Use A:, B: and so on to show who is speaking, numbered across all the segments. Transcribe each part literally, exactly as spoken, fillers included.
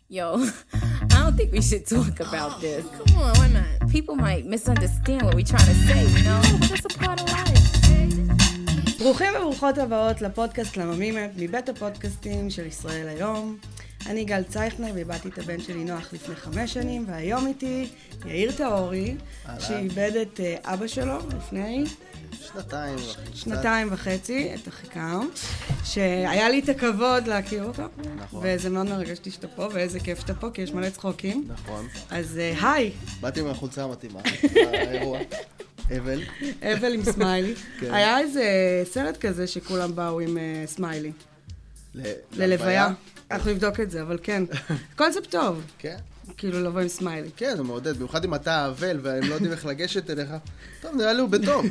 A: Yo, I don't think we should talk about this.
B: Come on, why not?
A: People might misunderstand what we're trying to say, you know? But that's a part of life.
C: ברוכים וברוכות הבאות לפודקאסט לממימת מבית הפודקאסטים של ישראל היום. אני גל צייכנר ואיבדתי את הבן שלי נוח לפני חמש שנים, והיום איתי יאיר תאורי, שאיבד את אבא שלו לפני
D: שנתיים וחצי.
C: שנתיים וחצי, את אחיקם, שהיה לי את הכבוד להכיר אותו.
D: נכון.
C: וזה מאוד מרגשתי שאתה פה, ואיזה כיף שאתה פה, כי יש מלא צחוקים.
D: נכון.
C: אז היי.
D: באתי מהחולצה המתאימה, האירוע. אבל.
C: אבל עם סמיילי.
D: כן.
C: היה איזה סרט כזה שכולם באו עם uh, סמיילי.
D: ל-
C: ללוויה. אנחנו נבדוק את זה, אבל כן. קונספט טוב.
D: כן.
C: כאילו לבוא עם סמיילי.
D: כן, זה מעודד. במיוחד אם אתה אבל והם לא יודעים איך לגשת אליך. טוב, נראה לי הוא בטוב.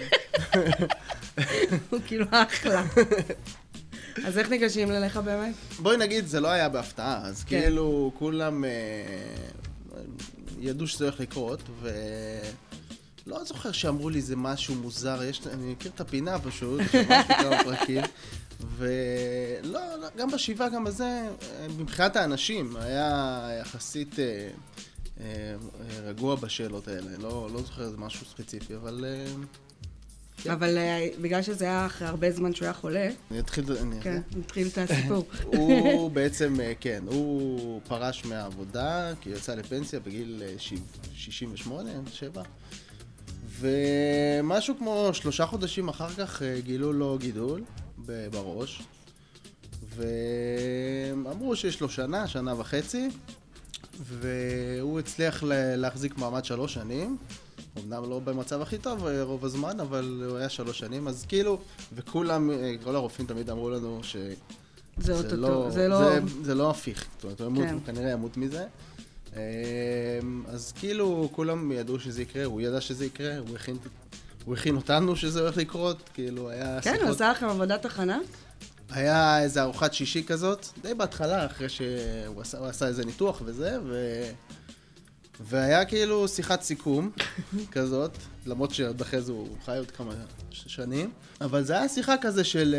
C: הוא כאילו אחלה. אז איך ניגשים ללך באמת?
D: בואי נגיד, זה לא היה בהפתעה. אז
C: כן.
D: כאילו כולם אה, ידעו שזה הולך לקרות, ו... לא זוכר שאמרו לי זה משהו מוזר, יש, אני מכיר את הפינה פשוט, שמעתי כמה פרקים, ולא, לא, גם בשבעה, גם בזה, מבחינת האנשים, היה יחסית אה, אה, רגוע בשאלות האלה, לא, לא זוכר איזה משהו ספציפי, אבל... אה, כן.
C: אבל אה, בגלל שזה היה אחרי הרבה זמן שהוא היה חולה,
D: אני אתחיל... אני
C: כן, נתחיל את הסיפור.
D: הוא בעצם, אה, כן, הוא פרש מהעבודה, כי הוא יצא לפנסיה בגיל אה, שישים ושמונה, שבע. ומשהו כמו שלושה חודשים אחר כך גילו לו גידול בראש, ואמרו שיש לו שנה, שנה וחצי, והוא הצליח להחזיק מעמד שלוש שנים, אמנם לא במצב הכי טוב רוב הזמן, אבל הוא היה שלוש שנים, אז כאילו, וכולם, כל הרופאים תמיד אמרו לנו ש...
C: זה
D: זה
C: לא...
D: לא,
C: זה לא...
D: זה, זה לא הפיך, זאת אומרת, הוא ימות,
C: כן.
D: הוא כנראה ימות מזה. אז כאילו כולם ידעו שזה יקרה, הוא ידע שזה יקרה, הוא הכין, הוא הכין אותנו שזה הולך לקרות, כאילו היה
C: כן, הוא עשה לכם עבודת הכנה?
D: היה איזו ארוחת שישי כזאת, די בהתחלה, אחרי שהוא עשה, הוא עשה איזה ניתוח וזה, ו... והיה כאילו שיחת סיכום כזאת, למרות שעוד אחרי זה הוא חי עוד כמה שנים, אבל זה היה שיחה כזה של...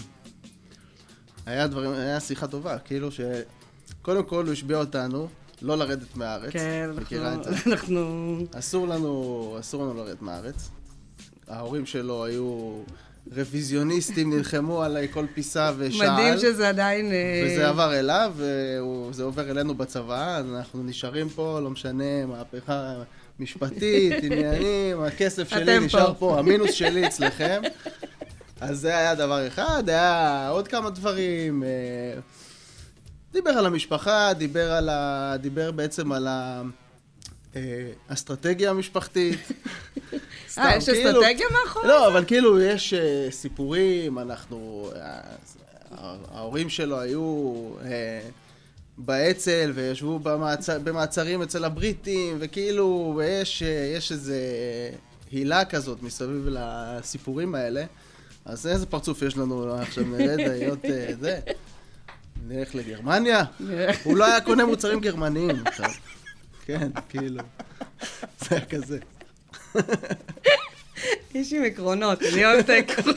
D: היה דברים, היה שיחה טובה, כאילו שקודם כל הוא השביע אותנו, לא לרדת מהארץ.
C: כן,
D: מכירה את זה?
C: אנחנו...
D: אסור לנו, אסור לנו לרדת מהארץ. ההורים שלו היו רוויזיוניסטים, נלחמו עליי כל פיסה ושעל.
C: מדהים שזה עדיין...
D: וזה עבר אליו, וזה עובר אלינו בצבא, אז אנחנו נשארים פה, לא משנה, מהפכה משפטית, עניינים, הכסף שלי נשאר פה, המינוס שלי אצלכם. אז זה היה דבר אחד, היה עוד כמה דברים... דיבר על המשפחה, דיבר על ה... דיבר בעצם על האסטרטגיה המשפחתית.
C: אה, יש אסטרטגיה מאחורי?
D: לא, אבל כאילו יש סיפורים, אנחנו... ההורים שלו היו באצ"ל וישבו במעצרים אצל הבריטים, וכאילו יש איזה הילה כזאת מסביב לסיפורים האלה. אז איזה פרצוף יש לנו עכשיו נרד, היות זה... נלך לגרמניה? הוא לא היה קונה מוצרים גרמניים עכשיו. כן, כאילו. זה היה כזה.
C: יש עם עקרונות, אני אוהב את העקרונות.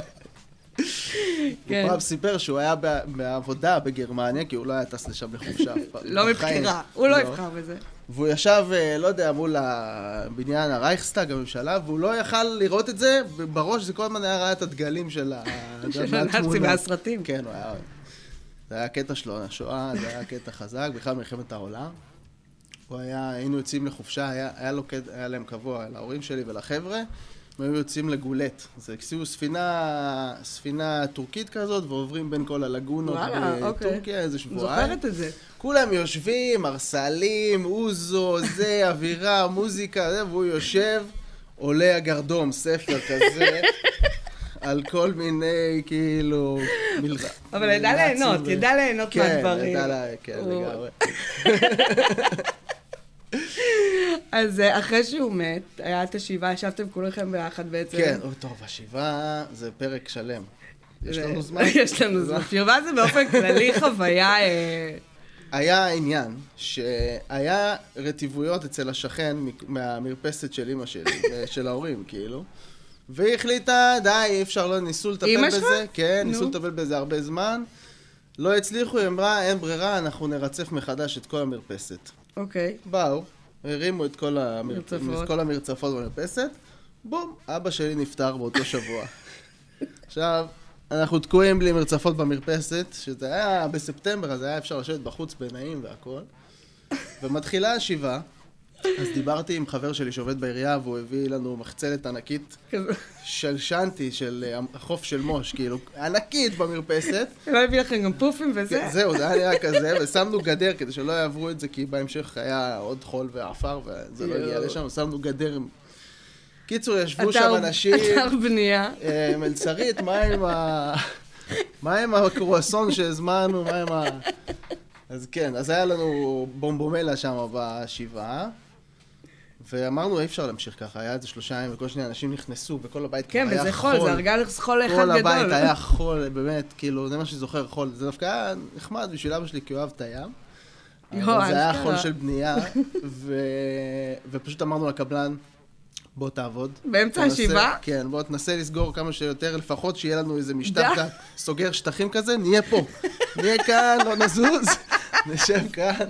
D: הוא פעם סיפר שהוא היה בעבודה בגרמניה, כי הוא לא היה טס לשם לחופשה.
C: לא מבחירה, הוא לא יבחר בזה.
D: והוא ישב, לא יודע, מול הבניין הרייכסטאג, הממשלה, והוא לא יכל לראות את זה, ובראש זה כל הזמן היה ראה את הדגלים של
C: הנאצים מהסרטים.
D: כן, הוא היה... זה היה קטע שלו, השואה, זה היה קטע חזק, בכלל מלחמת העולם. הוא היה, היינו יוצאים לחופשה, היה, היה, לו, היה להם קבוע להורים שלי ולחבר'ה, הם היו יוצאים לגולט. זה כסיו ספינה, ספינה טורקית כזאת, ועוברים בין כל הלגונות בטורקיה, אוקיי. איזה שבועיים.
C: זוכרת את זה.
D: כולם יושבים, ארסלים, אוזו, זה, אווירה, מוזיקה, זה, והוא יושב, עולה הגרדום, ספר כזה. על כל מיני, כאילו...
C: אבל ידע ליהנות, ידע ליהנות מהדברים.
D: כן, ידע, כן, לגמרי.
C: אז אחרי שהוא מת, היה את השבעה, ישבתם כולכם ביחד בעצם.
D: כן, טוב, השבעה זה פרק שלם. יש לנו זמן?
C: יש לנו זמן. שבעה זה באופן כללי חוויה...
D: היה עניין שהיה רטיבויות אצל השכן מהמרפסת של אמא שלי, של ההורים, כאילו. והיא החליטה, די, אי אפשר, לא, ניסו לטפל בזה. כן, ניסו לטפל בזה הרבה זמן. לא הצליחו, היא אמרה, אין ברירה, אנחנו נרצף מחדש את כל המרפסת.
C: אוקיי.
D: באו, הרימו את כל, המר...
C: מרצפות.
D: את כל המרצפות במרפסת, בום, אבא שלי נפטר באותו שבוע. עכשיו, אנחנו תקועים בלי מרצפות במרפסת, שזה היה בספטמבר, אז היה אפשר לשבת בחוץ בנעים והכל. ומתחילה השבעה, אז דיברתי עם חבר שלי שעובד בעירייה, והוא הביא לנו מחצלת ענקית של שנטי, של החוף של מוש, כאילו, ענקית במרפסת.
C: לא הביא לכם גם פופים וזה?
D: זהו, זה היה נראה כזה, ושמנו גדר כדי שלא יעברו את זה, כי בהמשך היה עוד חול ועפר, וזה לא הגיע לשם, שמנו גדר. קיצור, ישבו שם אנשים...
C: אתר בנייה.
D: מלצרית, מה עם ה... מה עם הקרואסון שהזמנו, מה עם ה... אז כן, אז היה לנו בומבומלה שם בשבעה, ואמרנו, אי אפשר להמשיך ככה, היה איזה שלושה ימים, וכל שני אנשים נכנסו, וכל הבית
C: כן,
D: היה
C: וזה
D: חול.
C: חול, זה הרגע חול אחד גדול.
D: כל הבית היה חול, באמת, כאילו, זה מה שזוכר, חול. זה דווקא היה נחמד בשביל אבא שלי, כי הוא אוהב את הים. אבל זה היה חול של בנייה, ופשוט אמרנו לקבלן, בוא תעבוד.
C: באמצע השבעה?
D: כן, בוא תנסה לסגור כמה שיותר, לפחות שיהיה לנו איזה משטח סוגר שטחים כזה, נהיה פה. נהיה כאן, לא נזוז, נשב כאן.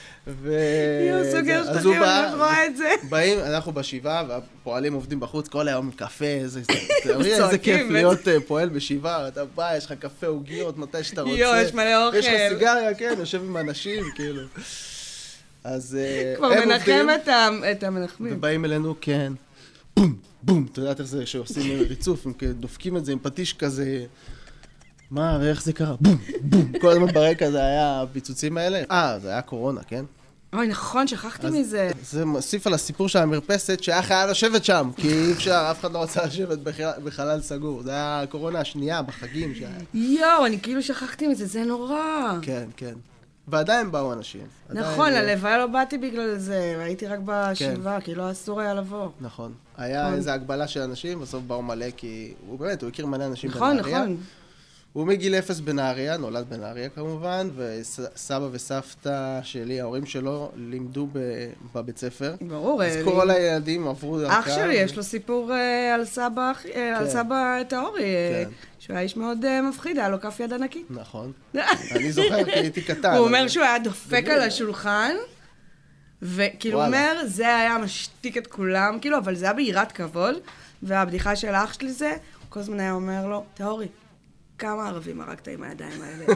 C: יו, סוגר שטחים, אני לא רואה את זה.
D: באים, אנחנו בשבעה, והפועלים עובדים בחוץ כל היום עם קפה, איזה כיף להיות פועל בשבעה, אתה בא, יש לך קפה, עוגיות, מתי שאתה רוצה.
C: יו, יש מלא אוכל.
D: יש לך סיגריה, כן, יושב עם אנשים, כאילו. אז
C: כבר מנחם את המנחמים.
D: ובאים אלינו, כן. בום, בום, אתה יודעת איך זה שעושים ריצוף, הם דופקים את זה עם פטיש כזה, מה, ואיך זה קרה? בום, בום, כל הזמן ברקע זה היה הפיצוצים האלה. אה, זה היה קורונה, כן?
C: אוי, נכון, שכחתי מזה.
D: זה מוסיף על הסיפור של המרפסת, שהיה חייב לשבת שם, כי אי אפשר, אף אחד לא רצה לשבת בחלל סגור. זה היה הקורונה השנייה בחגים שהיה.
C: יואו, אני כאילו שכחתי מזה, זה נורא.
D: כן, כן. ועדיין באו אנשים.
C: נכון, ללוויה לא באתי בגלל זה, הייתי רק בשבעה, כי לא אסור היה לבוא.
D: נכון. היה איזו הגבלה של אנשים, בסוף באו מלא, כי הוא באמת, הוא הכיר מלא אנשים בנהריה.
C: נכון, נכון.
D: הוא מגיל אפס בנהריה, נולד בנהריה כמובן, וסבא וסבתא שלי, ההורים שלו, לימדו בבית ספר.
C: ברור.
D: אז כל הילדים עברו דרכם.
C: אח שלי, יש לו סיפור על סבא, על סבא טהורי, שהוא היה איש מאוד מפחיד, היה לו כף יד ענקית.
D: נכון. אני זוכר, כי הייתי קטן.
C: הוא אומר שהוא היה דופק על השולחן, וכאילו הוא אומר, זה היה משתיק את כולם, כאילו, אבל זה היה ביראת כבוד, והבדיחה של האח שלי זה, הוא כל הזמן היה אומר לו, טהורי, כמה ערבים הרגת עם הידיים האלה?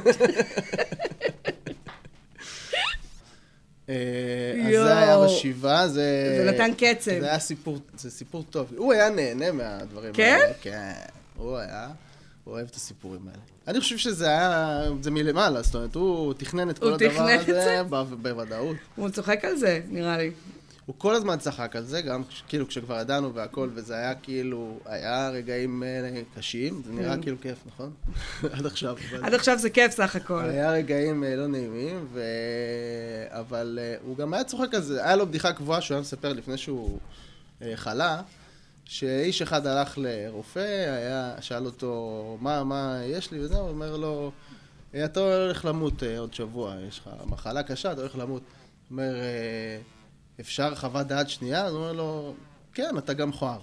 D: אז זה היה בשבעה, זה...
C: זה נתן קצב.
D: זה היה סיפור, זה סיפור טוב. הוא היה נהנה מהדברים
C: האלה.
D: כן? כן. הוא היה, הוא אוהב את הסיפורים האלה. אני חושב שזה היה, זה מלמעלה, זאת אומרת, הוא תכנן את כל הדבר הזה, בוודאות.
C: הוא צוחק על זה, נראה לי.
D: הוא כל הזמן צחק על זה, גם כאילו כשכבר ידענו והכל, וזה היה כאילו, היה רגעים קשים, זה נראה כאילו כיף, נכון? עד עכשיו.
C: עד עכשיו זה כיף סך הכל.
D: היה רגעים לא נעימים, אבל הוא גם היה צוחק על זה, היה לו בדיחה קבועה שהוא היה מספר לפני שהוא חלה, שאיש אחד הלך לרופא, היה, שאל אותו, מה, מה יש לי וזה, הוא אומר לו, אתה הולך למות עוד שבוע, יש לך מחלה קשה, אתה הולך למות. הוא אומר, אפשר חוות דעת שנייה? אז הוא אומר לו, כן, אתה גם מכוער.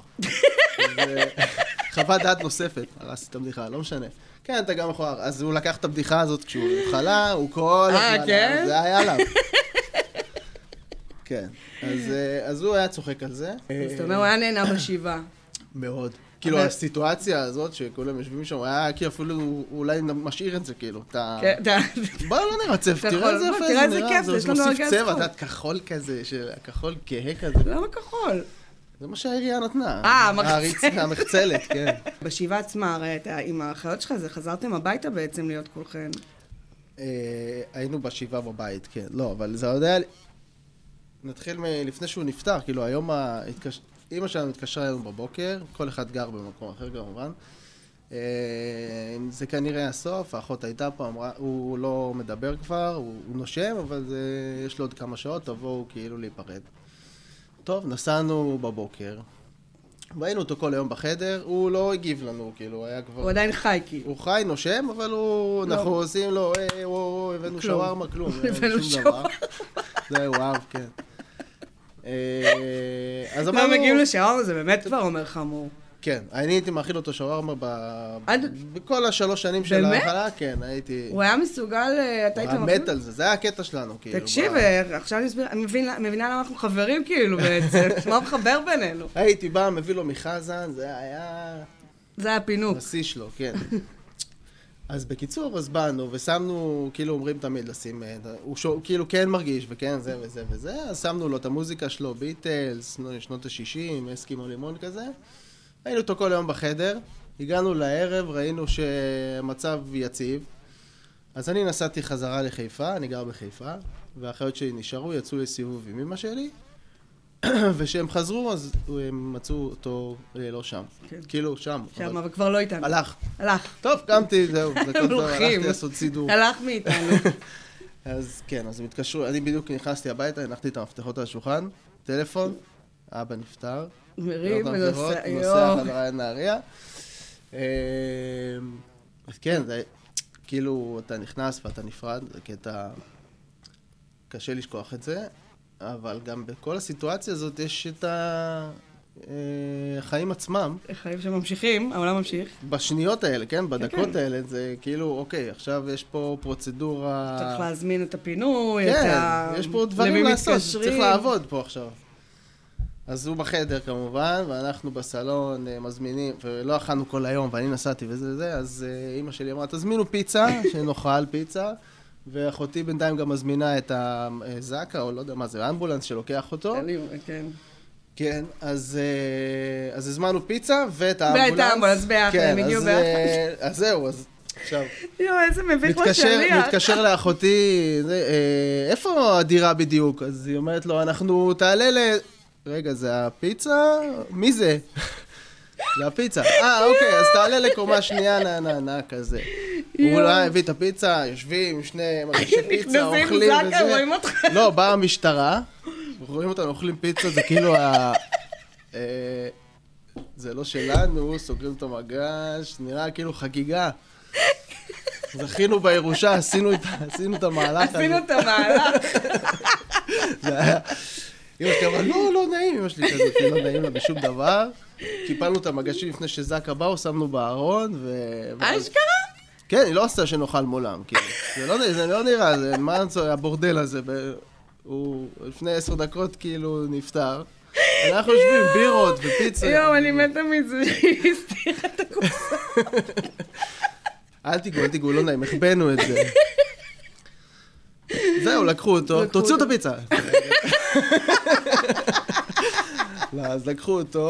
D: חוות דעת נוספת, הרסתי את הבדיחה, לא משנה. כן, אתה גם מכוער. אז הוא לקח את הבדיחה הזאת כשהוא חלה, הוא כל הזמן, זה היה עליו. כן, אז הוא היה צוחק על זה.
C: זאת אומרת, הוא היה נהנה בשבעה.
D: מאוד. כאילו, הסיטואציה הזאת שכולם יושבים שם, הוא היה כאילו אפילו, אולי משאיר את זה, כאילו. בוא, לא נרצף, תראה איזה יפה,
C: תראה איזה כיף, יש לנו
D: מוסיף צבע, אתה יודעת, כחול כזה, כחול כהה כזה.
C: למה כחול?
D: זה מה שהעירייה נתנה.
C: אה, המחצלת.
D: המחצלת, כן.
C: בשבעה עצמה, הרי עם האחיות שלך, זה חזרתם הביתה בעצם להיות כולכם.
D: היינו בשבעה בבית, כן. לא, אבל זה עוד היה... נתחיל לפני שהוא נפטר, כאילו, היום אמא שלנו התקשרה היום בבוקר, כל אחד גר במקום אחר כמובן. זה כנראה הסוף, האחות הייתה פה, אמרה, הוא לא מדבר כבר, הוא נושם, אבל יש לו עוד כמה שעות, תבואו כאילו להיפרד. טוב, נסענו בבוקר, והיינו אותו כל היום בחדר, הוא לא הגיב לנו, כאילו, הוא היה כבר...
C: הוא עדיין חי, כאילו.
D: הוא חי, נושם, אבל הוא... אנחנו עושים לו, אה, וואו, הבאנו שווארמה, כלום.
C: הבאנו שווארמה.
D: זה, הוא אהב, כן.
C: אז אמרנו... לא מגיעים לשווארמה, זה באמת כבר אומר חמור.
D: כן, אני הייתי מאכיל אותו שווארמה
C: עד-
D: בכל השלוש שנים של
C: באמת?
D: ההאכלה, כן, הייתי...
C: הוא היה מסוגל, אה, אתה היית
D: הוא
C: מאכיל?
D: מת על זה, זה היה הקטע שלנו, כאילו.
C: תקשיב,
D: ב-
C: אה, עכשיו אני מסביר- אני מבין- מבינה למה אנחנו חברים כאילו בעצם. מה מחבר בינינו?
D: הייתי בא, מביא לו מחזן, זה היה...
C: זה היה פינוק.
D: השיא שלו, כן. אז בקיצור, אז באנו ושמנו, כאילו אומרים תמיד לשים, אה, הוא שו- כאילו כן מרגיש וכן זה וזה וזה, אז שמנו לו את המוזיקה שלו, ביטלס, שנות ה-שישים, אסקימו לימון כזה. היינו אותו כל היום בחדר, הגענו לערב, ראינו שהמצב יציב, אז אני נסעתי חזרה לחיפה, אני גר בחיפה, והאחיות שלי נשארו, יצאו לסיבוב עם אמא שלי, וכשהם חזרו, אז הם מצאו אותו אה, לא שם.
C: כן.
D: כאילו, שם.
C: שם,
D: אבל-
C: אבל כבר לא איתנו.
D: הלך.
C: הלך.
D: טוב, קמתי, זהו, זה כל דבר,
C: הולכים.
D: הלכתי לעשות סידור.
C: הלך מאיתנו.
D: אז כן, אז הם התקשרו, אני בדיוק נכנסתי הביתה, הנחתי את המפתחות על השולחן, טלפון, אבא נפטר.
C: מרים
D: לא את
C: ונוסע,
D: המפתחות,
C: יואו.
D: נוסע חזרה לנהריה. אה, אז כן, זה כאילו, אתה נכנס ואתה נפרד, זה קטע קשה לשכוח את זה, אבל גם בכל הסיטואציה הזאת יש את החיים עצמם.
C: חיים שממשיכים, העולם ממשיך.
D: בשניות האלה, כן? בדקות
C: כן.
D: האלה, זה כאילו, אוקיי, עכשיו יש פה פרוצדורה...
C: צריך להזמין את הפינוי, את
D: כן,
C: ה...
D: יש פה דברים
C: למי
D: לעשות,
C: מתקשרים.
D: צריך לעבוד פה עכשיו. אז הוא בחדר כמובן, ואנחנו בסלון אה, מזמינים, ולא אכלנו כל היום, ואני נסעתי וזה וזה, אז אה, אמא שלי אמרה, תזמינו פיצה, שנאכל פיצה, ואחותי בינתיים גם מזמינה את הזקה, או לא יודע מה זה, האמבולנס שלוקח אותו.
C: אני- כן.
D: כן, אז, אה, אז הזמנו פיצה ואת האמבולנס.
C: ואת האמבולנס ביחד,
D: כן,
C: הם הגיעו
D: אז,
C: ביחד.
D: אה, אז זהו, אז עכשיו,
C: יואו, איזה מביך
D: מתקשר,
C: לשליח.
D: מתקשר לאחותי, זה, אה, איפה הדירה בדיוק? אז היא אומרת לו, אנחנו תעלה ל... רגע, זה הפיצה? מי זה? זה הפיצה. אה, אוקיי, אז תעלה לקומה שנייה, נה, נה, נה, כזה. הוא לא הביא את הפיצה, יושבים, שני מגשי פיצה,
C: נכנסים
D: אוכלים
C: זקה,
D: וזה.
C: רואים אותך.
D: לא, באה המשטרה, רואים אותנו אוכלים פיצה, זה כאילו ה... אה, זה לא שלנו, סוגרים את המגש, נראה כאילו חגיגה. זכינו בירושה, עשינו את, עשינו את המהלך הזה.
C: עשינו את המהלך.
D: זה היה... אמא שלי אמרה, לא, לא נעים, אמא שלי כזה, כי לא נעים לה בשום דבר. קיפלנו את המגשים לפני שזקה באו, שמנו בארון, ו...
C: אשכרה?
D: כן, היא לא עשתה שנאכל מולם, כאילו. זה לא, זה לא נראה, זה, מה זה, הבורדל הזה, ב... הוא לפני עשר דקות כאילו נפטר. אנחנו יושבים בירות ופיצה.
C: יואו, אני מתה מזה שהיא הסתירה את הקופסה.
D: אל תיגעו, אל תיגעו, לא נעים, החבאנו את זה. זהו, לקחו אותו, תוציאו את הפיצה. לא, אז לקחו אותו.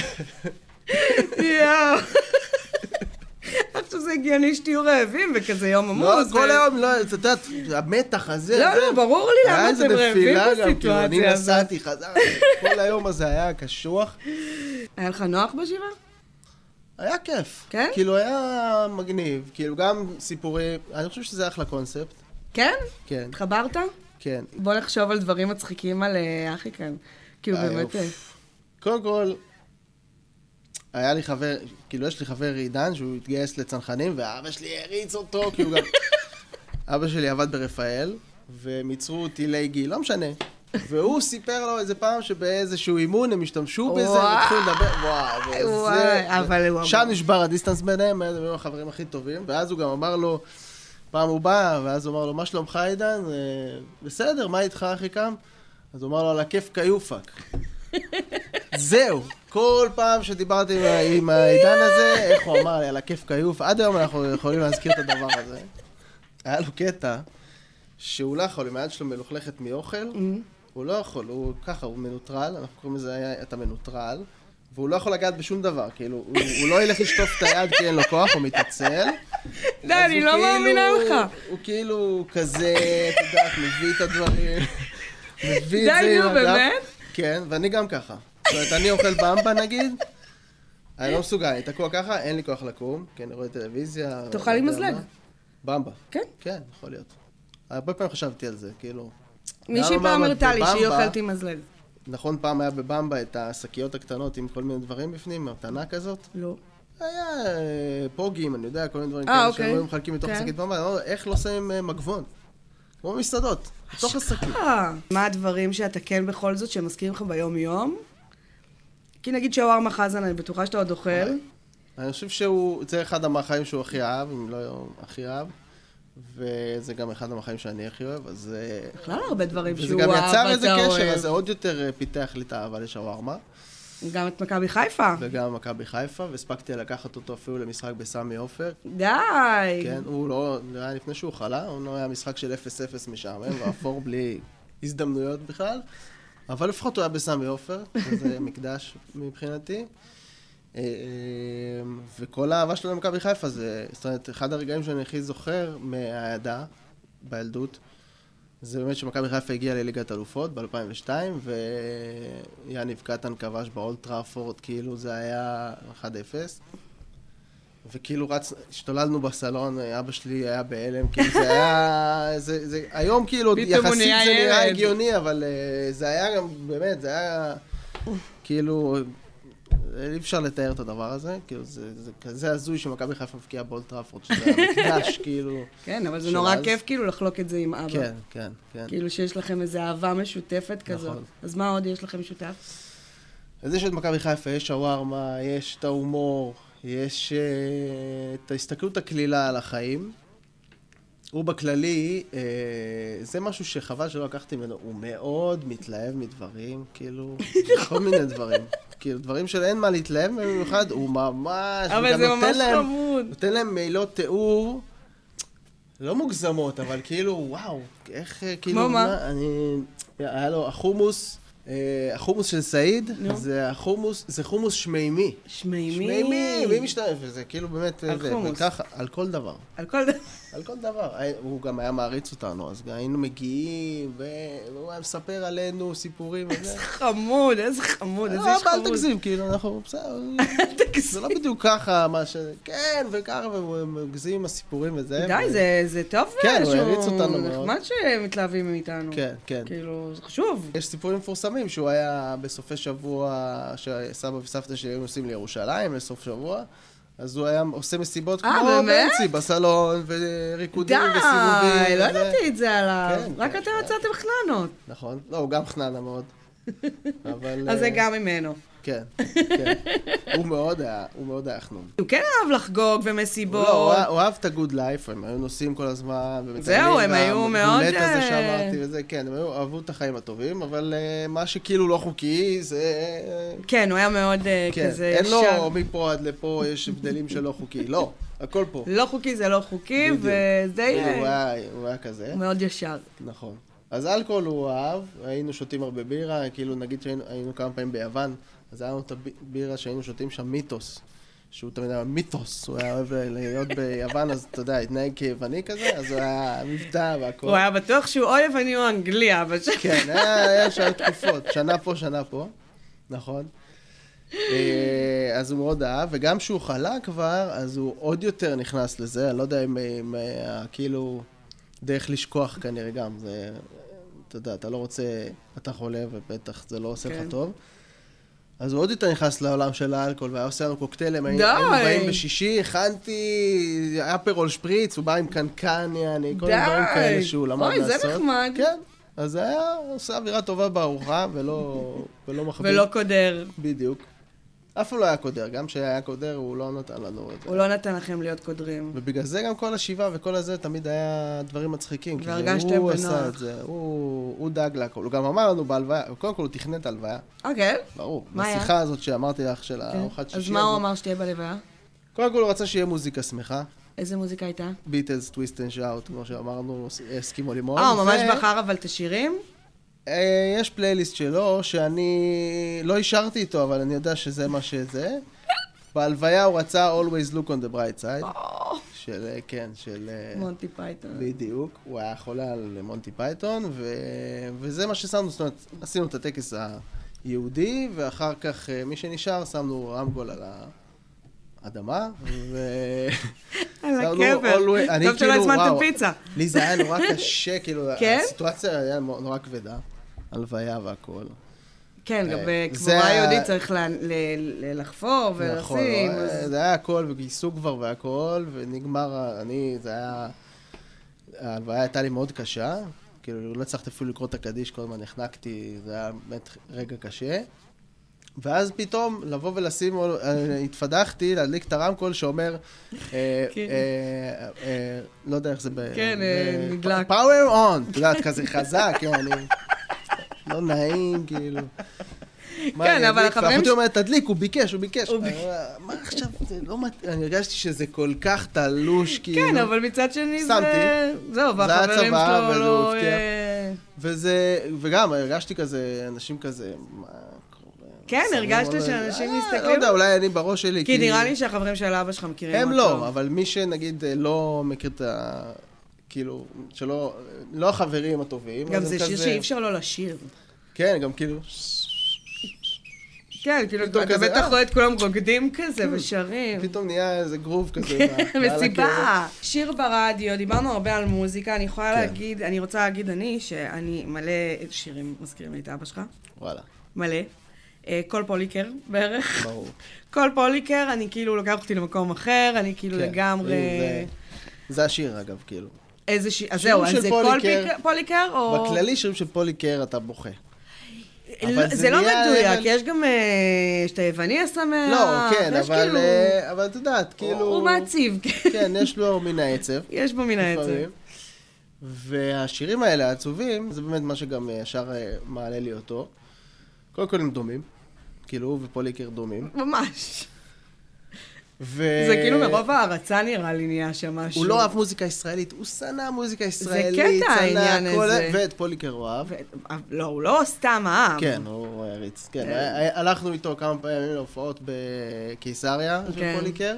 C: יואו. עכשיו זה הגיוני שתהיו רעבים וכזה יום עמוס.
D: לא,
C: ו-
D: כל היום, לא, את יודעת, המתח הזה.
C: לא,
D: זה-
C: לא, ברור לי למה
D: היה איזה
C: אתם רעבים
D: נפילה גם, כאילו,
C: בסיטואציה
D: אני
C: הזאת.
D: נסעתי, חזרתי, כל היום הזה היה קשוח.
C: היה לך נוח בשבעה?
D: היה כיף.
C: כן?
D: כאילו, היה מגניב, כאילו, גם סיפורים, אני חושב שזה אחלה קונספט.
C: כן?
D: כן,
C: התחברת?
D: כן.
C: בוא נחשוב על דברים מצחיקים על אה, אחי כאן. כאילו
D: אה,
C: באמת...
D: יופי.
C: אה,
D: קודם כל, היה לי חבר, כאילו יש לי חבר עידן שהוא התגייס לצנחנים, ואבא שלי הריץ אותו, כי הוא גם... אבא שלי עבד ברפאל, והם ייצרו טילי גיל, לא משנה. והוא סיפר לו איזה פעם שבאיזשהו אימון הם השתמשו בזה,
C: וואי.
D: והתחילו לדבר, וואי, וזה...
C: וואי, אבל הוא...
D: שם נשבר הדיסטנס ביניהם, הם היו החברים הכי טובים, ואז הוא גם אמר לו, פעם הוא בא, ואז הוא אמר לו, מה שלומך עידן? "אה, בסדר, מה איתך אחי קם? אז הוא אמר לו, על הכיף כיופק. זהו, כל פעם שדיברתי עם ה- עם העידן הזה, איך הוא אמר לי, על הכיף כיוף, עד היום אנחנו יכולים להזכיר את הדבר הזה. היה לו קטע שהוא לא יכול, אם היד שלו מלוכלכת מאוכל, הוא לא יכול, הוא ככה, הוא מנוטרל, אנחנו קוראים לזה היה את המנוטרל, והוא לא יכול לגעת בשום דבר, כאילו, הוא, הוא לא ילך לשטוף את היד כי אין לו כוח, הוא מתעצל.
C: די,
D: אז
C: אני
D: הוא
C: לא
D: כאילו-
C: מאמינה לך.
D: הוא כאילו כזה, אתה יודעת, מביא את הדברים, מביא את זה.
C: די, נו,
D: עם הגב.
C: באמת?
D: כן, ואני גם ככה. זאת אומרת, אני אוכל במבה נגיד, אני לא מסוגל, אני תקוע ככה, אין לי כוח לקום, כי אני רואה טלוויזיה.
C: תאכל
D: לא
C: עם
D: יודע
C: מזלג.
D: מה. במבה.
C: כן.
D: כן, יכול להיות. הרבה פעמים חשבתי על זה, כאילו.
C: מישהי
D: למה
C: פעם
D: מה,
C: הראתה לי שהיא
D: בבמבה-
C: אוכלת עם מזלג.
D: נכון, פעם היה בבמבה את השקיות הקטנות עם כל מיני דברים בפנים, מתנה כזאת.
C: לא.
D: היה אה, פוגים, אני יודע, כל מיני דברים
C: אה,
D: כאלה
C: אוקיי.
D: שהיו מחלקים מתוך
C: כן.
D: שקית במבה, אני אומר, איך לא שמים אה, מגבון? כמו מסעדות, בתוך השקית.
C: אה, מה הדברים שאתה כן בכל זאת שמזכירים לך ביום-יום? כי נגיד שווארמה חזן, אני בטוחה שאתה עוד אוכל.
D: אני חושב שהוא, זה אחד המאכלים שהוא הכי אהב, אם לא הכי אהב, וזה גם אחד המאכלים שאני הכי אוהב, אז...
C: בכלל הרבה דברים שהוא
D: אהב,
C: אהב,
D: וזה גם יצר איזה קשר, אז זה עוד יותר פיתח לי את האהבה לשווארמה.
C: גם את מכבי חיפה.
D: וגם מכבי חיפה, והספקתי לקחת אותו אפילו למשחק בסמי עופר.
C: די!
D: כן, הוא לא, נראה לפני שהוא חלה, הוא לא היה משחק של אפס אפס משעמם, ואפור בלי הזדמנויות בכלל, אבל לפחות הוא היה בסמי עופר, שזה מקדש מבחינתי. וכל האהבה שלו למכבי חיפה זה, זאת אומרת, אחד הרגעים שאני הכי זוכר מהעדה, בילדות, זה באמת שמכבי חיפה הגיעה לליגת אלופות ב-אלפיים ושתיים, ויאניב קטן כבש באולד טראפורד, כאילו זה היה אחד אפס. וכאילו רץ, השתוללנו בסלון, אבא שלי היה בהלם, כאילו זה היה, זה, זה, היום כאילו יחסית זה נראה הגיוני, אבל זה היה גם, באמת, זה היה כאילו, אי אפשר לתאר את הדבר הזה, כאילו זה, זה כזה הזוי שמכבי חיפה מפקיעה באולד טראפורד, שזה המקדש, כאילו.
C: כן, אבל זה נורא כיף כאילו לחלוק את זה עם אבא.
D: כן, כן, כן.
C: כאילו שיש לכם איזו אהבה משותפת כזאת.
D: נכון.
C: אז מה עוד יש לכם משותף?
D: אז יש את מכבי חיפה, יש שווארמה, יש את ההומור, יש uh, את ההסתכלות הכלילה על החיים. הוא בכללי, uh, זה משהו שחבל שלא לקחתי ממנו, הוא מאוד מתלהב מדברים, כאילו, כל מיני דברים. כאילו, דברים של אין מה להתלהב, במיוחד, הוא ממש...
C: אבל זה ממש חמוד.
D: נותן להם מילות תיאור, לא מוגזמות, אבל כאילו, וואו, איך, כאילו...
C: כמו מה?
D: אני... היה לו החומוס... החומוס של סעיד, זה החומוס, זה חומוס שמימי.
C: שמימי.
D: שמימי, מי משתלב? זה כאילו באמת,
C: על חומוס.
D: וככה, על כל דבר.
C: על כל דבר.
D: על כל דבר. הוא גם היה מעריץ אותנו, אז היינו מגיעים, והוא היה מספר עלינו סיפורים.
C: איזה חמוד, איזה חמוד, איזה איש חמוד.
D: אל תגזים, כאילו, אנחנו, בסדר. זה לא בדיוק ככה, מה ש... כן, וככה, ומגזים עם הסיפורים וזה.
C: די, זה טוב.
D: כן, הוא העריץ אותנו מאוד.
C: נחמד שמתלהבים מאיתנו.
D: כן, כן.
C: כאילו, זה חשוב.
D: יש סיפורים מפורסמים שהוא היה בסופי שבוע, שסבא וסבתא שלי היו נוסעים לירושלים לסוף שבוע, אז הוא היה עושה מסיבות כמו בנצי, בסלון, וריקודים וסיבובים.
C: די, לא ידעתי את זה עליו. רק אתם יצאתם חננות.
D: נכון. לא, הוא גם חננה מאוד.
C: אז זה גם ממנו.
D: כן, כן. הוא מאוד היה, הוא מאוד היה חנון.
C: הוא כן אהב לחגוג ומסיבות.
D: לא, הוא אהב את ה-good life, הם היו נוסעים כל הזמן.
C: זהו, הם היו מאוד...
D: בולט הזה שאמרתי וזה, כן, הם היו, אהבו את החיים הטובים, אבל מה שכאילו לא חוקי, זה...
C: כן, הוא היה מאוד כזה...
D: אין לו מפה עד לפה, יש הבדלים שלא חוקי, לא, הכל פה.
C: לא חוקי זה לא חוקי, ודי...
D: הוא היה כזה.
C: הוא מאוד ישר.
D: נכון. אז אלכוהול הוא אהב, היינו שותים הרבה בירה, כאילו נגיד שהיינו כמה פעמים ביוון, אז היה לנו את הבירה שהיינו שותים שם מיתוס, שהוא תמיד היה מיתוס, הוא היה אוהב להיות ביוון, אז אתה יודע, התנהג כיווני כזה, אז הוא היה מבטא והכל.
C: הוא היה בטוח שהוא או יווני או אנגלי, אבל ש...
D: כן, היה שעה תקופות, שנה פה, שנה פה, נכון. אז הוא מאוד אהב, וגם כשהוא חלה כבר, אז הוא עוד יותר נכנס לזה, אני לא יודע אם כאילו דרך לשכוח כנראה גם, זה, אתה יודע, אתה לא רוצה, אתה חולה ובטח זה לא עושה לך טוב. אז הוא עוד יותר נכנס לעולם של האלכוהול, והיה עושה לנו קוקטיילים, היינו באים בשישי, הכנתי אפרול שפריץ, הוא בא עם קנקן, יעני, כל דברים כאלה שהוא למד לעשות.
C: אוי, זה נחמד.
D: כן, אז זה היה עושה אווירה טובה בארוחה, ולא מחביב.
C: ולא קודר.
D: בדיוק. אף הוא לא היה קודר, גם כשהיה קודר הוא לא נתן לנו את זה.
C: הוא לא נתן לכם להיות קודרים.
D: ובגלל זה גם כל השבעה וכל הזה תמיד היה דברים מצחיקים.
C: והרגשתם בנוח.
D: הוא עשה את זה, הוא דאג להכל. הוא גם אמר לנו בהלוויה, קודם כל הוא תכנן את ההלוויה.
C: אוקיי.
D: ברור. בשיחה הזאת שאמרתי לך של הארוחת שישי.
C: אז מה הוא אמר שתהיה בלוויה?
D: קודם כל הוא רצה שיהיה מוזיקה שמחה.
C: איזה מוזיקה הייתה?
D: ביטלס, טוויסט אנד שאוט, כמו שאמרנו, אסקימו לימון.
C: אה, הוא ממש בחר אבל את השירים?
D: יש פלייליסט שלו, שאני לא השארתי איתו, אבל אני יודע שזה מה שזה. בהלוויה הוא רצה Always Look on the Bright Side. של, כן, של...
C: מונטי פייתון.
D: בדיוק. הוא היה חולה על מונטי פייתון, וזה מה ששמנו, זאת אומרת, עשינו את הטקס היהודי, ואחר כך מי שנשאר, שמנו רמגול על האדמה, ו...
C: על הקבר. טוב שלא הזמנתם פיצה.
D: לי זה היה נורא קשה, כאילו, הסיטואציה היה נורא כבדה. הלוויה והכל.
C: כן, גם בקבורה יהודית צריך לחפור ולשים.
D: נכון, זה היה הכל, וגייסו כבר והכל, ונגמר, אני, זה היה, ההלוויה הייתה לי מאוד קשה, כאילו לא הצלחתי אפילו לקרוא את הקדיש, כל הזמן נחנקתי, זה היה באמת רגע קשה, ואז פתאום לבוא ולשים, התפדחתי, להדליק את הרמקול שאומר, לא יודע איך זה,
C: כן, נדלק.
D: power on, אתה יודעת, כזה חזק, אני לא נעים, כאילו.
C: כן, אבל החברים...
D: ואחותי אומרת, תדליק, הוא ביקש, הוא ביקש. מה עכשיו, זה לא מתאים, אני הרגשתי שזה כל כך תלוש, כאילו.
C: כן, אבל מצד שני זה...
D: שמתי.
C: זהו, והחברים שלו לא...
D: וזה, וגם, הרגשתי כזה, אנשים כזה, מה קורה?
C: כן, הרגשת שאנשים מסתכלים?
D: לא יודע, אולי אני בראש שלי,
C: כי נראה לי שהחברים של אבא שלך מכירים אותו.
D: הם לא, אבל מי שנגיד לא מכיר את ה... כאילו, שלא, לא החברים הטובים.
C: גם זה שיר שאי אפשר לא לשיר.
D: כן, גם כאילו...
C: כן, כאילו, אתה בטח רואה את כולם רוקדים כזה ושרים.
D: פתאום נהיה איזה גרוב כזה.
C: מסיבה. שיר ברדיו, דיברנו הרבה על מוזיקה, אני יכולה להגיד, אני רוצה להגיד אני, שאני מלא שירים מזכירים לי את אבא שלך.
D: וואלה.
C: מלא. כל פוליקר בערך.
D: ברור.
C: כל פוליקר, אני כאילו לוקח אותי למקום אחר, אני כאילו לגמרי...
D: זה השיר אגב, כאילו.
C: איזה שיר, אז זהו, אז זה כל פוליקר או...
D: בכללי שירים של פוליקר אתה בוכה.
C: זה לא מדויק, יש גם שאתה יווני השמח.
D: לא, כן, אבל את יודעת, כאילו...
C: הוא מעציב.
D: כן, יש לו מן העצב.
C: יש בו מן העצב.
D: והשירים האלה, העצובים, זה באמת מה שגם ישר מעלה לי אותו. קודם כל הם דומים, כאילו הוא ופוליקר דומים.
C: ממש. זה כאילו מרוב הערצה נראה לי נהיה שם משהו.
D: הוא לא אוהב מוזיקה ישראלית, הוא שנא מוזיקה ישראלית.
C: זה קטע העניין הזה.
D: ואת פוליקר הוא אהב.
C: לא, הוא לא סתם אהב.
D: כן, הוא הריץ. כן, הלכנו איתו כמה פעמים להופעות בקיסריה של פוליקר,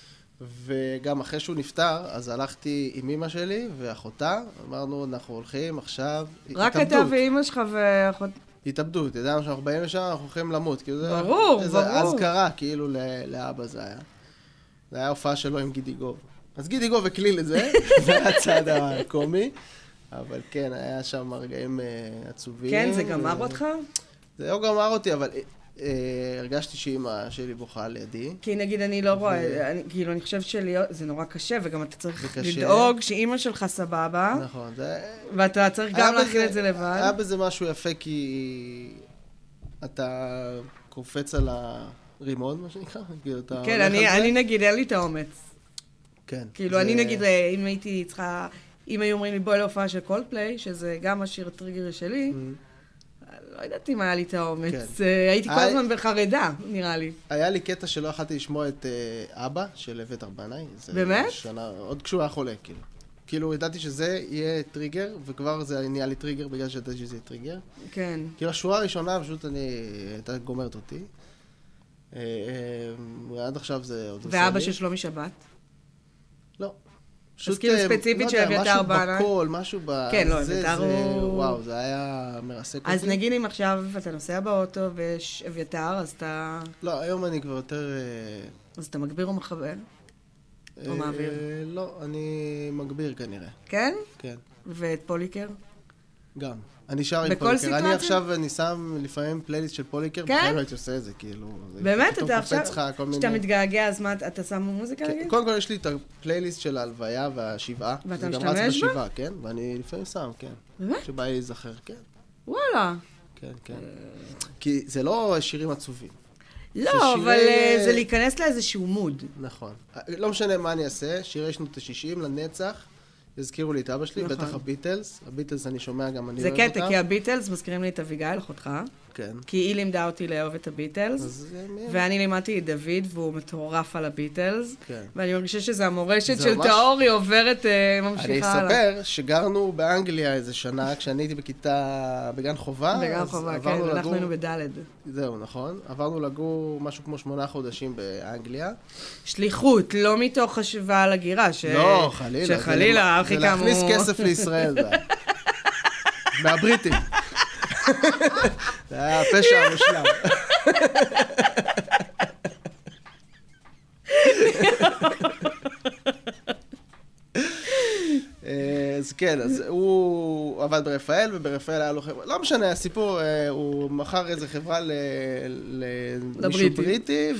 D: וגם אחרי שהוא נפטר, אז הלכתי עם אמא שלי ואחותה, אמרנו, אנחנו הולכים עכשיו,
C: רק אתה ואמא שלך ואחות...
D: התאבדות, ידענו שאנחנו באים לשם, אנחנו הולכים למות.
C: ברור, ברור.
D: אז קרה, כאילו, לאבא זה היה. זה היה הופעה שלו עם גידי גוב. אז גידי גוב הקליל את זה, זה היה הצד הקומי, אבל כן, היה שם רגעים עצובים.
C: כן, זה גמר אותך?
D: זה לא גמר אותי, אבל הרגשתי שאמא שלי בוכה לידי.
C: כי נגיד, אני לא רואה, כאילו, אני חושב שזה נורא קשה, וגם אתה צריך לדאוג שאמא שלך סבבה.
D: נכון, זה...
C: ואתה צריך גם להכיל את זה לבד.
D: היה בזה משהו יפה, כי אתה קופץ על הרימון, מה שנקרא.
C: כן, אני נגיד, אין לי את האומץ.
D: כן.
C: כאילו, אני נגיד, אם הייתי צריכה, אם היו אומרים לי בואי להופעה של קולדפליי, שזה גם השיר הטריגרי שלי, לא יודעת אם היה לי את האומץ. הייתי כל הזמן בחרדה, נראה לי.
D: היה לי קטע שלא יכלתי לשמוע את אבא של אביתר בנאי.
C: באמת?
D: עוד כשהוא היה חולה, כאילו. כאילו, ידעתי שזה יהיה טריגר, וכבר זה נהיה לי טריגר בגלל שידעתי שזה יהיה טריגר.
C: כן.
D: כאילו, השורה הראשונה, פשוט אני... הייתה גומרת אותי. ועד עכשיו זה עוד עושה לי.
C: ואבא של שלומי שבת?
D: לא.
C: אז כאילו ספציפית של אביתר בנאי?
D: משהו בקול, משהו ב...
C: כן, לא, אביתר הוא...
D: וואו, זה היה מרסק אותי.
C: אז נגיד אם עכשיו אתה נוסע באוטו ויש אביתר, אז אתה...
D: לא, היום אני כבר יותר...
C: אז אתה מגביר או מכוון? או מעביר?
D: לא, אני מגביר כנראה.
C: כן?
D: כן.
C: ואת פוליקר?
D: גם. אני שר עם פוליקר. אני עכשיו, אני שם לפעמים פלייליסט של פוליקר, בכלל לא הייתי עושה את זה, כאילו.
C: באמת? אתה עכשיו, כשאתה מתגעגע, אז מה, אתה שם מוזיקה נגיד?
D: קודם כל יש לי את הפלייליסט של ההלוויה והשבעה.
C: ואתה משתמש בה?
D: כן, ואני לפעמים שם, כן.
C: באמת?
D: שבא לי להיזכר, כן.
C: וואלה.
D: כן, כן. כי זה לא שירים עצובים.
C: לא, אבל זה להיכנס לאיזשהו מוד.
D: נכון. לא משנה מה אני אעשה, שירי שנות ה-שישים לנצח, הזכירו לי את אבא שלי, בטח הביטלס. הביטלס אני שומע גם, אני אוהב אותם.
C: זה קטע, כי הביטלס מזכירים לי את אביגיל, אחותך.
D: כן.
C: כי היא לימדה אותי לאהוב את הביטלס. ואני לימדתי את דוד, והוא מטורף על הביטלס. כן. ואני מרגישה שזה המורשת של טאורי עוברת, ממשיכה הלאה.
D: אני אספר שגרנו באנגליה איזה שנה, כשאני הייתי בכיתה, בגן חובה.
C: בגן חובה, כן, אנחנו היינו בדלת.
D: זהו, נכון. עברנו לגור משהו כמו שמונה חודשים באנגליה.
C: שליחות, לא מתוך חשיבה על הגירה.
D: לא, חלילה.
C: שחלילה, הכי כמה הוא...
D: זה להכניס כסף לישראל. מהבריטים. זה היה הפשע המושלם. אז כן, אז הוא עבד ברפאל, וברפאל היה לו חברה, לא משנה, הסיפור, הוא מכר איזה חברה למישהו בריטי,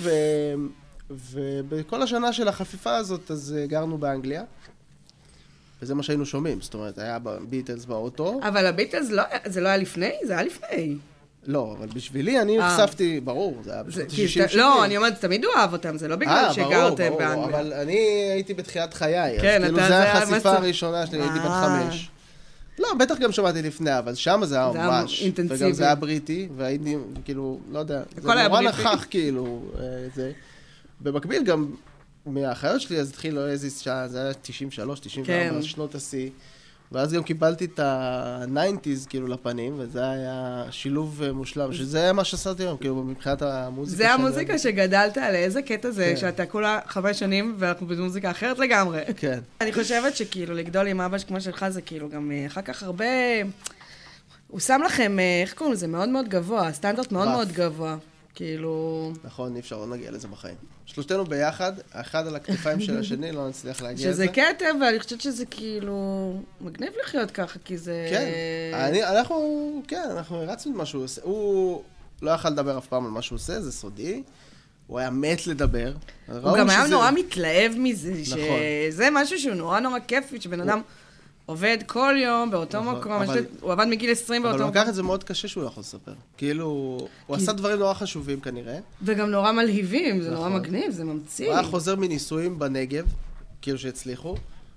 D: ובכל השנה של החפיפה הזאת, אז גרנו באנגליה. וזה מה שהיינו שומעים, זאת אומרת, היה ביטלס באוטו.
C: אבל הביטלס, זה לא היה לפני? זה היה לפני.
D: לא, אבל בשבילי אני נחשפתי, ברור, זה היה בשנות ה-שישים שבעים.
C: לא, אני אומרת, תמיד הוא אהב אותם, זה לא בגלל שגרתם באנגליה.
D: ברור, אבל אני הייתי בתחילת חיי, אז
C: כן,
D: כאילו
C: אתה-
D: זה
C: זה
D: החשיפה
C: היה
D: הראשונה שלי, הייתי בן
C: אה.
D: חמש. לא, בטח גם שמעתי לפני, אבל שם זה היה
C: זה היה
D: ממש.
C: אינטנסיבי.
D: וגם זה היה בריטי, והייתי, כאילו, לא יודע, זה
C: הכל היה
D: נורא
C: בריטי.
D: נכח, כאילו, אה, זה. במקביל גם, מהאחיות שלי, אז התחיל איזה שעה, זה היה תשעים ושלוש, תשעים וארבע,
C: כן.
D: שנות השיא. ואז גם קיבלתי את ה-תשעים כאילו לפנים, וזה היה שילוב אה, מושלם, שזה היה מה שעשיתי היום, כאילו, מבחינת המוזיקה.
C: זה המוזיקה שגדלת עליה, איזה קטע זה,
D: כן.
C: שאתה כולה חמש שנים ואנחנו במוזיקה אחרת לגמרי.
D: כן.
C: אני חושבת שכאילו לגדול עם אבא כמו שלך זה כאילו גם אה, אחר כך הרבה... הוא שם לכם, אה, איך קוראים לזה? מאוד מאוד גבוה, סטנדרט מאוד
D: רף.
C: מאוד גבוה. כאילו...
D: נכון, אי אפשר, לא נגיע לזה בחיים. שלושתנו ביחד, אחד על הכתפיים של השני, לא נצליח להגיע לזה.
C: שזה קטע, ואני חושבת שזה כאילו... מגניב לחיות ככה, כי זה...
D: כן, אני, אנחנו, כן, אנחנו הרצנו את מה שהוא עושה. הוא לא יכל לדבר אף פעם על מה שהוא עושה, זה סודי. הוא היה מת לדבר.
C: הוא גם היה נורא מתלהב מזה,
D: נכון.
C: שזה משהו שהוא נורא נורא כיפי, שבן אדם עובד כל יום באותו
D: נכון,
C: מקום,
D: אבל-
C: הוא עבד מגיל עשרים
D: אבל
C: באותו
D: הוא
C: מקום.
D: לקח את זה מאוד קשה שהוא יכול לספר. כאילו, הוא עשה דברים נורא חשובים כנראה.
C: וגם נורא מלהיבים, זה נורא
D: נכון.
C: מגניב, זה ממציא.
D: הוא היה חוזר מניסויים בנגב, כאילו שהצליחו.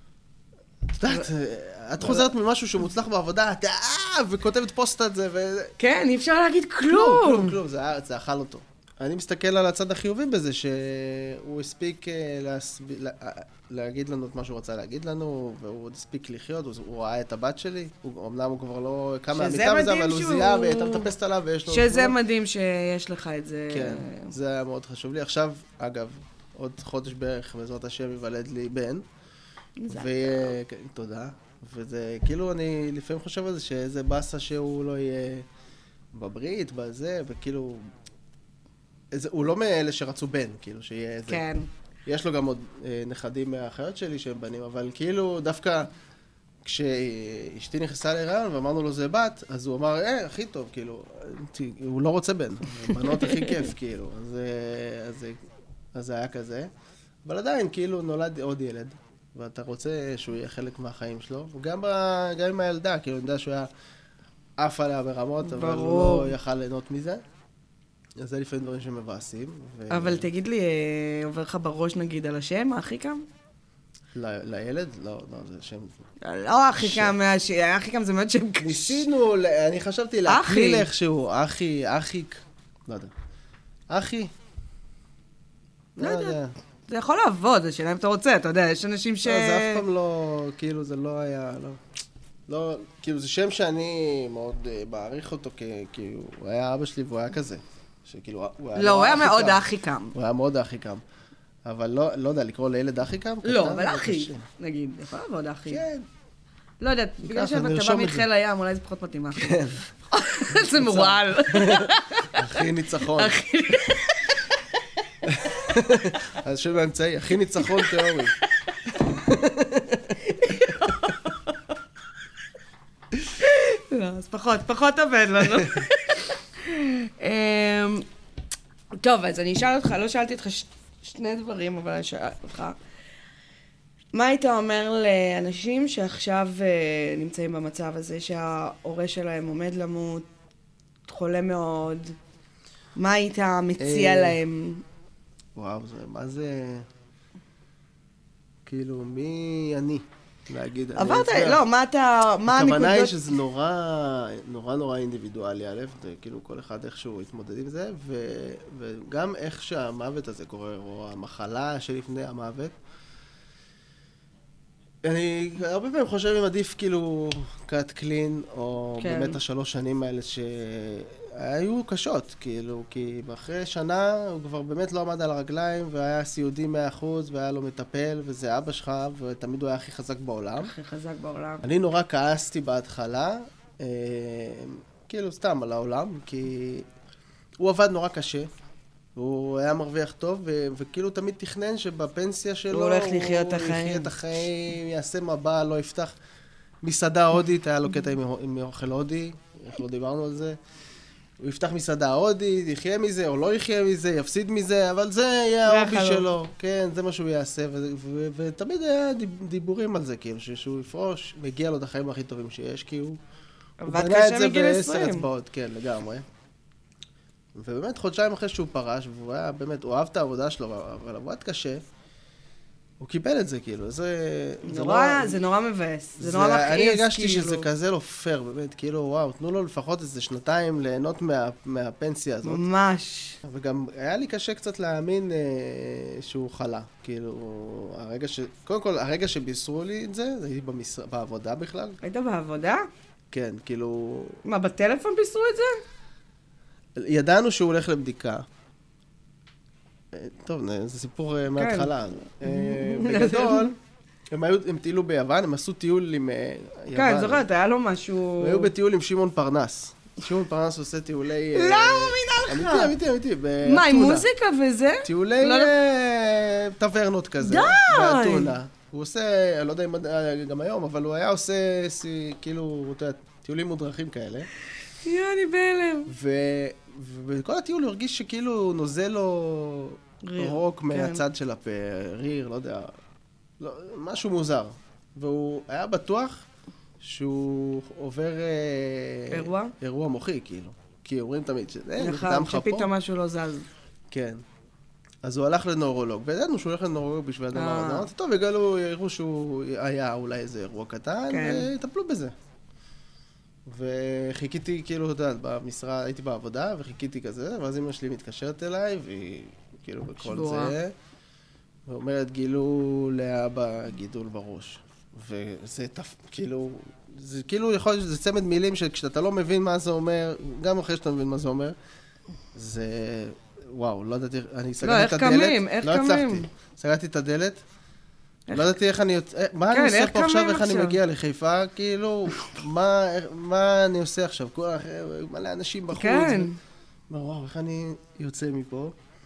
D: את יודעת, את חוזרת ממשהו שמוצלח בעבודה, את אה, וכותבת פוסט על זה, ו...
C: כן, אי אפשר להגיד
D: כלום,
C: כלום.
D: כלום, כלום, זה היה- זה אכל אותו. אני מסתכל על הצד החיובי בזה, שהוא הספיק אה, להסב- לה- להגיד לנו את מה שהוא רצה להגיד לנו, והוא עוד הספיק לחיות, הוא הוא ראה את הבת שלי, הוא- אמנם הוא כבר לא קם
C: שזה
D: מהמיטה וזה,
C: מדהים
D: אבל הוא
C: שהוא-
D: זיהה והייתה מטפסת עליו ויש לו...
C: שזה
D: תמונות.
C: מדהים שיש לך את זה.
D: כן, זה היה מאוד חשוב לי. עכשיו, אגב, עוד חודש בערך, בעזרת השם, ייוולד לי בן. ויהיה, כן, תודה. וזה, כאילו, אני לפעמים חושב על זה, שאיזה באסה שהוא לא יהיה בברית, בזה, וכאילו... איזה, הוא לא מאלה שרצו בן, כאילו, שיהיה איזה...
C: כן.
D: יש לו גם עוד אה, נכדים מהאחיות שלי שהם בנים, אבל כאילו, דווקא כשאשתי נכנסה להיריון ואמרנו לו זה בת, אז הוא אמר, אה, הכי טוב, כאילו, הוא לא רוצה בן, בנות הכי כיף, כאילו, אז, אה, אז, אז זה היה כזה. אבל עדיין, כאילו, נולד עוד ילד, ואתה רוצה שהוא יהיה חלק מהחיים שלו, וגם ב, גם עם הילדה, כאילו, אני יודע שהוא היה עף עליה ברמות, אבל הוא
C: ברור.
D: לא יכל ליהנות מזה. אז זה לפעמים דברים שמבאסים. ו...
C: אבל תגיד לי, אה, עובר לך בראש נגיד על השם, האחיקם?
D: ל... לילד? לא, לא, זה שם...
C: לא האחיקם, הש- האחיקם זה מאוד שם קשה.
D: ניסינו, ל- אני חשבתי
C: אחי.
D: להקליל איכשהו, אחי, אחיק, לא יודע. אחי?
C: לא יודע. זה יכול לעבוד, השאלה אם אתה רוצה, אתה יודע, יש אנשים ש...
D: לא, זה אף פעם לא, כאילו, זה לא היה, לא. לא, כאילו, זה שם שאני מאוד uh, מעריך אותו, כי, כי הוא היה אבא שלי והוא היה כזה. שכאילו, הוא היה...
C: לא, הוא היה
D: אחי
C: מאוד
D: קם.
C: האחיקם.
D: הוא היה מאוד אחי קם. אבל לא, לא יודע, לקרוא לילד אחי קם?
C: לא,
D: קטן,
C: אבל
D: זה
C: אחי,
D: קשה.
C: נגיד, יכול לעבוד אחי.
D: כן.
C: לא יודעת, בגלל
D: ככה,
C: שאתה בא
D: נרשום את זה.
C: מחיל הים, אולי זה פחות מתאים.
D: כן.
C: זה מורעל.
D: אחי ניצחון.
C: אחי.
D: אז שם באמצעי, אחי ניצחון תיאורי.
C: לא, אז פחות, פחות עובד לנו. אמ, טוב, אז אני אשאל אותך, לא שאלתי אותך ש- שני דברים, אבל אני אשאל אותך. מה היית אומר לאנשים שעכשיו אה, נמצאים במצב הזה, שההורה שלהם עומד למות, חולה מאוד, מה היית מציע
D: אה,
C: להם?
D: וואו, זה, מה זה... כאילו, מי אני להגיד? אני
C: עברת,
D: יודע.
C: לא, מה אתה, מה הנקודות?
D: הכוונה היא שזה נורא, נורא נורא אינדיבידואלי, א', זה כאילו כל אחד איכשהו יתמודד עם זה, ו, וגם איך שהמוות הזה קורה, או המחלה שלפני המוות. אני הרבה פעמים חושב אם עדיף כאילו קאט קלין, או
C: כן.
D: באמת השלוש שנים האלה שהיו קשות, כאילו, כי אחרי שנה הוא כבר באמת לא עמד על הרגליים, והיה סיעודי מאה אחוז, והיה לו מטפל, וזה אבא שלך, ותמיד הוא היה הכי חזק בעולם.
C: הכי חזק בעולם.
D: אני נורא כעסתי בהתחלה, אה, כאילו סתם על העולם, כי הוא עבד נורא קשה, הוא היה מרוויח טוב, ו- וכאילו תמיד תכנן שבפנסיה שלו
C: הוא הולך לחיות את
D: הוא יחיה
C: החיים.
D: את החיים, יעשה מבע, לא יפתח מסעדה הודית, היה לו קטע עם, עם אוכל הודי, איך לא דיברנו על זה. הוא יפתח מסעדה הודית, יחיה מזה או לא יחיה מזה, יפסיד מזה, אבל זה יהיה
C: זה
D: ההובי
C: החלום.
D: שלו. כן, זה מה שהוא יעשה, ו- ו- ותמיד היה דיב- דיבורים על זה, כאילו, ש- שהוא יפרוש, מגיע לו את החיים הכי טובים שיש, כי הוא הוא
C: עבד
D: בנה
C: קשה
D: את זה
C: מגיל
D: בעשר
C: עשרים.
D: אצבעות, כן, לגמרי. ובאמת חודשיים אחרי שהוא פרש, והוא היה באמת, הוא אהב את העבודה שלו, אבל עבד קשה, הוא קיבל את זה, כאילו, זה...
C: נורא, זה נורא מבאס, זה נורא מכעיס,
D: אני הרגשתי שזה כזה לא פייר, באמת, כאילו, וואו, תנו לו לפחות איזה שנתיים ליהנות מהפנסיה הזאת.
C: ממש.
D: וגם היה לי קשה קצת להאמין שהוא חלה, כאילו, הרגע ש... קודם כל, הרגע שבישרו לי את זה, זה הייתי בעבודה בכלל.
C: היית בעבודה?
D: כן, כאילו...
C: מה, בטלפון בישרו את זה?
D: ידענו שהוא הולך לבדיקה. טוב, זה סיפור מההתחלה. בגדול, הם טיילו ביוון, הם עשו טיול עם יוון.
C: כן, זוכרת, היה לו משהו...
D: הם היו בטיול עם שמעון פרנס. שמעון פרנס עושה טיולי...
C: לא, הוא מינה לך.
D: אמיתי, אמיתי, באתונה.
C: מה, עם מוזיקה וזה?
D: טיולי טברנות כזה.
C: די!
D: באתונה. הוא עושה, אני לא יודע אם גם היום, אבל הוא היה עושה, כאילו, טיולים מודרכים כאלה.
C: יוני בהלם.
D: ובכל הטיול הוא הרגיש שכאילו נוזל לו רוק מהצד של הפה, ריר, לא יודע, משהו מוזר. והוא היה בטוח שהוא עובר...
C: אירוע?
D: אירוע מוחי, כאילו. כי אומרים תמיד שזה...
C: נכון, שפתאום משהו לא זז.
D: כן. אז הוא הלך לנורולוג, וידענו שהוא הולך לנורולוג בשביל הדבר הזה. אמרתי, טוב, הגענו, הראו שהוא היה אולי איזה אירוע קטן, ויטפלו בזה. וחיכיתי, כאילו, אתה יודע, במשרה, הייתי בעבודה, וחיכיתי כזה, ואז אמא שלי מתקשרת אליי, והיא, כאילו, בכל זה, ואומרת, גילו לאבא גידול בראש. וזה, כאילו, זה כאילו יכול להיות שזה צמד מילים שכשאתה לא מבין מה זה אומר, גם אחרי שאתה מבין מה זה אומר, זה, וואו, לא ידעתי, אני סגרתי את הדלת.
C: לא, איך קמים, איך קמים?
D: לא הצלחתי. סגרתי את הדלת. לא ידעתי איך אני יוצא, מה אני עושה פה עכשיו, איך אני מגיע לחיפה, כאילו, מה אני עושה עכשיו, מלא אנשים בחוץ.
C: כן.
D: וואו, איך אני יוצא מפה.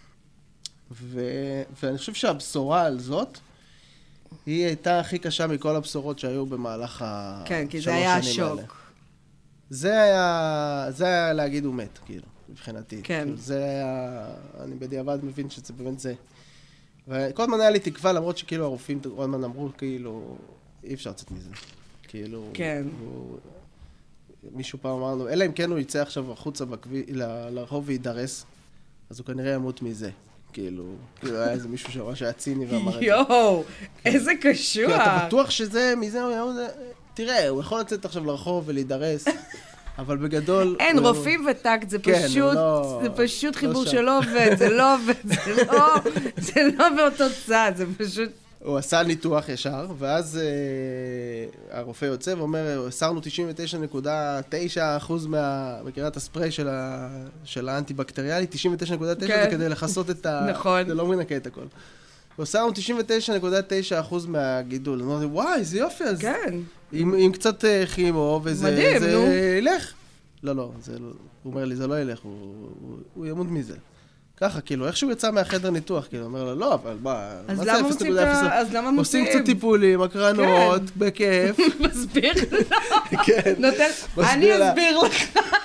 D: ואני חושב שהבשורה על זאת, היא הייתה הכי קשה מכל הבשורות שהיו במהלך השלוש שנים האלה.
C: כן, כי זה היה השוק.
D: זה היה, זה היה להגיד הוא מת, כאילו, מבחינתי.
C: כן.
D: זה היה, אני בדיעבד מבין שזה באמת זה. וכל הזמן היה לי תקווה, למרות שכאילו הרופאים כל הזמן אמרו, כאילו, אי אפשר לצאת מזה. כאילו,
C: כן.
D: הוא, מישהו פעם אמר לו, אלא אם כן הוא יצא עכשיו החוצה בקבי, לרחוב וידרס, אז הוא כנראה ימות מזה. כאילו, כאילו היה איזה מישהו שממש היה ציני ואמר את זה.
C: יואו, איזה קשוח.
D: כי אתה בטוח שזה, מזה הוא ימות, תראה, הוא יכול לצאת עכשיו לרחוב ולהידרס, אבל בגדול...
C: אין, רופאים וטקט, זה פשוט, זה פשוט חיבור שלא עובד, זה לא עובד, זה לא באותו צד, זה פשוט...
D: הוא עשה ניתוח ישר, ואז הרופא יוצא ואומר, הסרנו תשעים ותשע נקודה תשע אחוז מקרינת הספרי של האנטי-בקטריאלי, תשעים ותשע נקודה תשע זה כדי לחסות את ה...
C: נכון.
D: זה לא מנקה את הכל. הוא הסרנו תשעים ותשע נקודה תשע אחוז מהגידול. אמרתי, וואי, זה יופי, אז...
C: כן.
D: עם קצת כימו, וזה...
C: מדהים, נו.
D: זה ילך. לא, לא, הוא אומר לי, זה לא ילך, הוא ימות מזה. ככה, כאילו, איך שהוא יצא מהחדר ניתוח, כאילו, אומר לו, לא, אבל מה...
C: אז למה עושים את ה... אז למה
D: עושים קצת טיפולים, הקרנות, בכיף.
C: מסביר לו.
D: כן.
C: נותן, אני אסביר לך.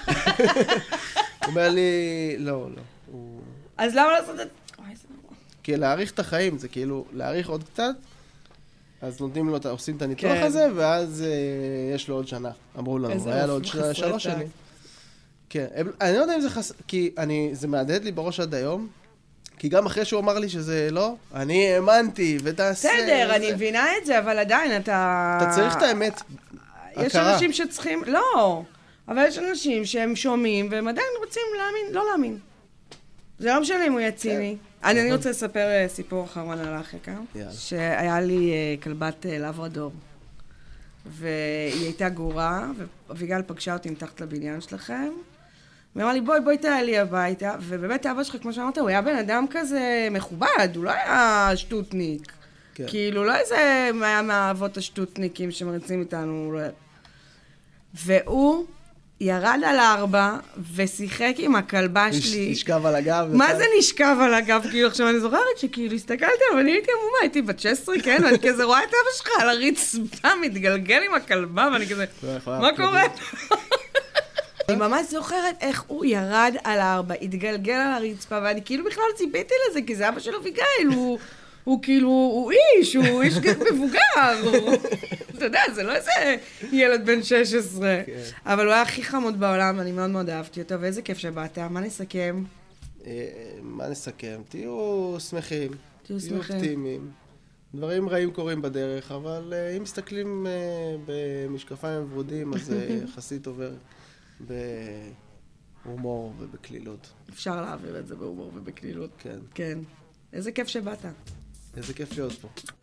D: הוא אומר לי, לא, לא.
C: אז למה לעשות את...
D: כי להאריך את החיים, זה כאילו, להאריך עוד קצת, אז נותנים לו, עושים את הניתוח הזה, ואז יש לו עוד שנה. אמרו לנו, היה לו עוד שלוש שנים. כן, אני לא יודע אם זה חס... כי אני, זה מהדהד לי בראש עד היום, כי גם אחרי שהוא אמר לי שזה לא, אני האמנתי, ותעשה...
C: בסדר, אני מבינה את זה, אבל עדיין אתה...
D: אתה צריך את האמת, הכרה.
C: יש אנשים שצריכים... לא, אבל יש אנשים שהם שומעים, והם עדיין רוצים להאמין, לא להאמין. זה לא משנה אם הוא יהיה ציני. אני רוצה לספר סיפור אחרון על האח יקר, שהיה לי כלבת לברדור. והיא הייתה גורה, ואביגל פגשה אותי מתחת לבניין שלכם, ואמרה לי, בואי, בואי תהיה לי הביתה, ובאמת אבא שלך, כמו שאמרת, הוא היה בן אדם כזה מכובד, הוא לא היה שטוטניק. כן. כאילו, לא איזה היה מהאבות השטוטניקים שמרצים איתנו. והוא ירד על ארבע, ושיחק עם הכלבה שלי.
D: נשכב על הגב.
C: מה זה נשכב על הגב? כאילו, עכשיו אני זוכרת שכאילו הסתכלתי, אבל אני הייתי עמומה, הייתי בת שש עשרה, כן, ואני כזה רואה את אבא שלך על הרצפה, מתגלגל עם הכלבה, ואני כזה, מה קורה? אני ממש זוכרת איך הוא ירד על הארבע, התגלגל על הרצפה, ואני כאילו בכלל ציפיתי לזה, כי זה אבא של אביגיל, הוא כאילו, הוא איש, הוא איש מבוגר. אתה יודע, זה לא איזה ילד בן שש עשרה. אבל הוא היה הכי חמוד בעולם, אני מאוד מאוד אהבתי אותו, ואיזה כיף שבאת. מה נסכם?
D: מה נסכם? תהיו שמחים.
C: תהיו
D: תהיו
C: שמחים.
D: אופטימיים. דברים רעים קורים בדרך, אבל uh, אם מסתכלים uh, במשקפיים ורודים, אז uh, יחסית עובר בהומור ובקלילות.
C: אפשר להעביר את זה בהומור ובקלילות.
D: כן.
C: כן. איזה כיף שבאת.
D: איזה כיף להיות פה.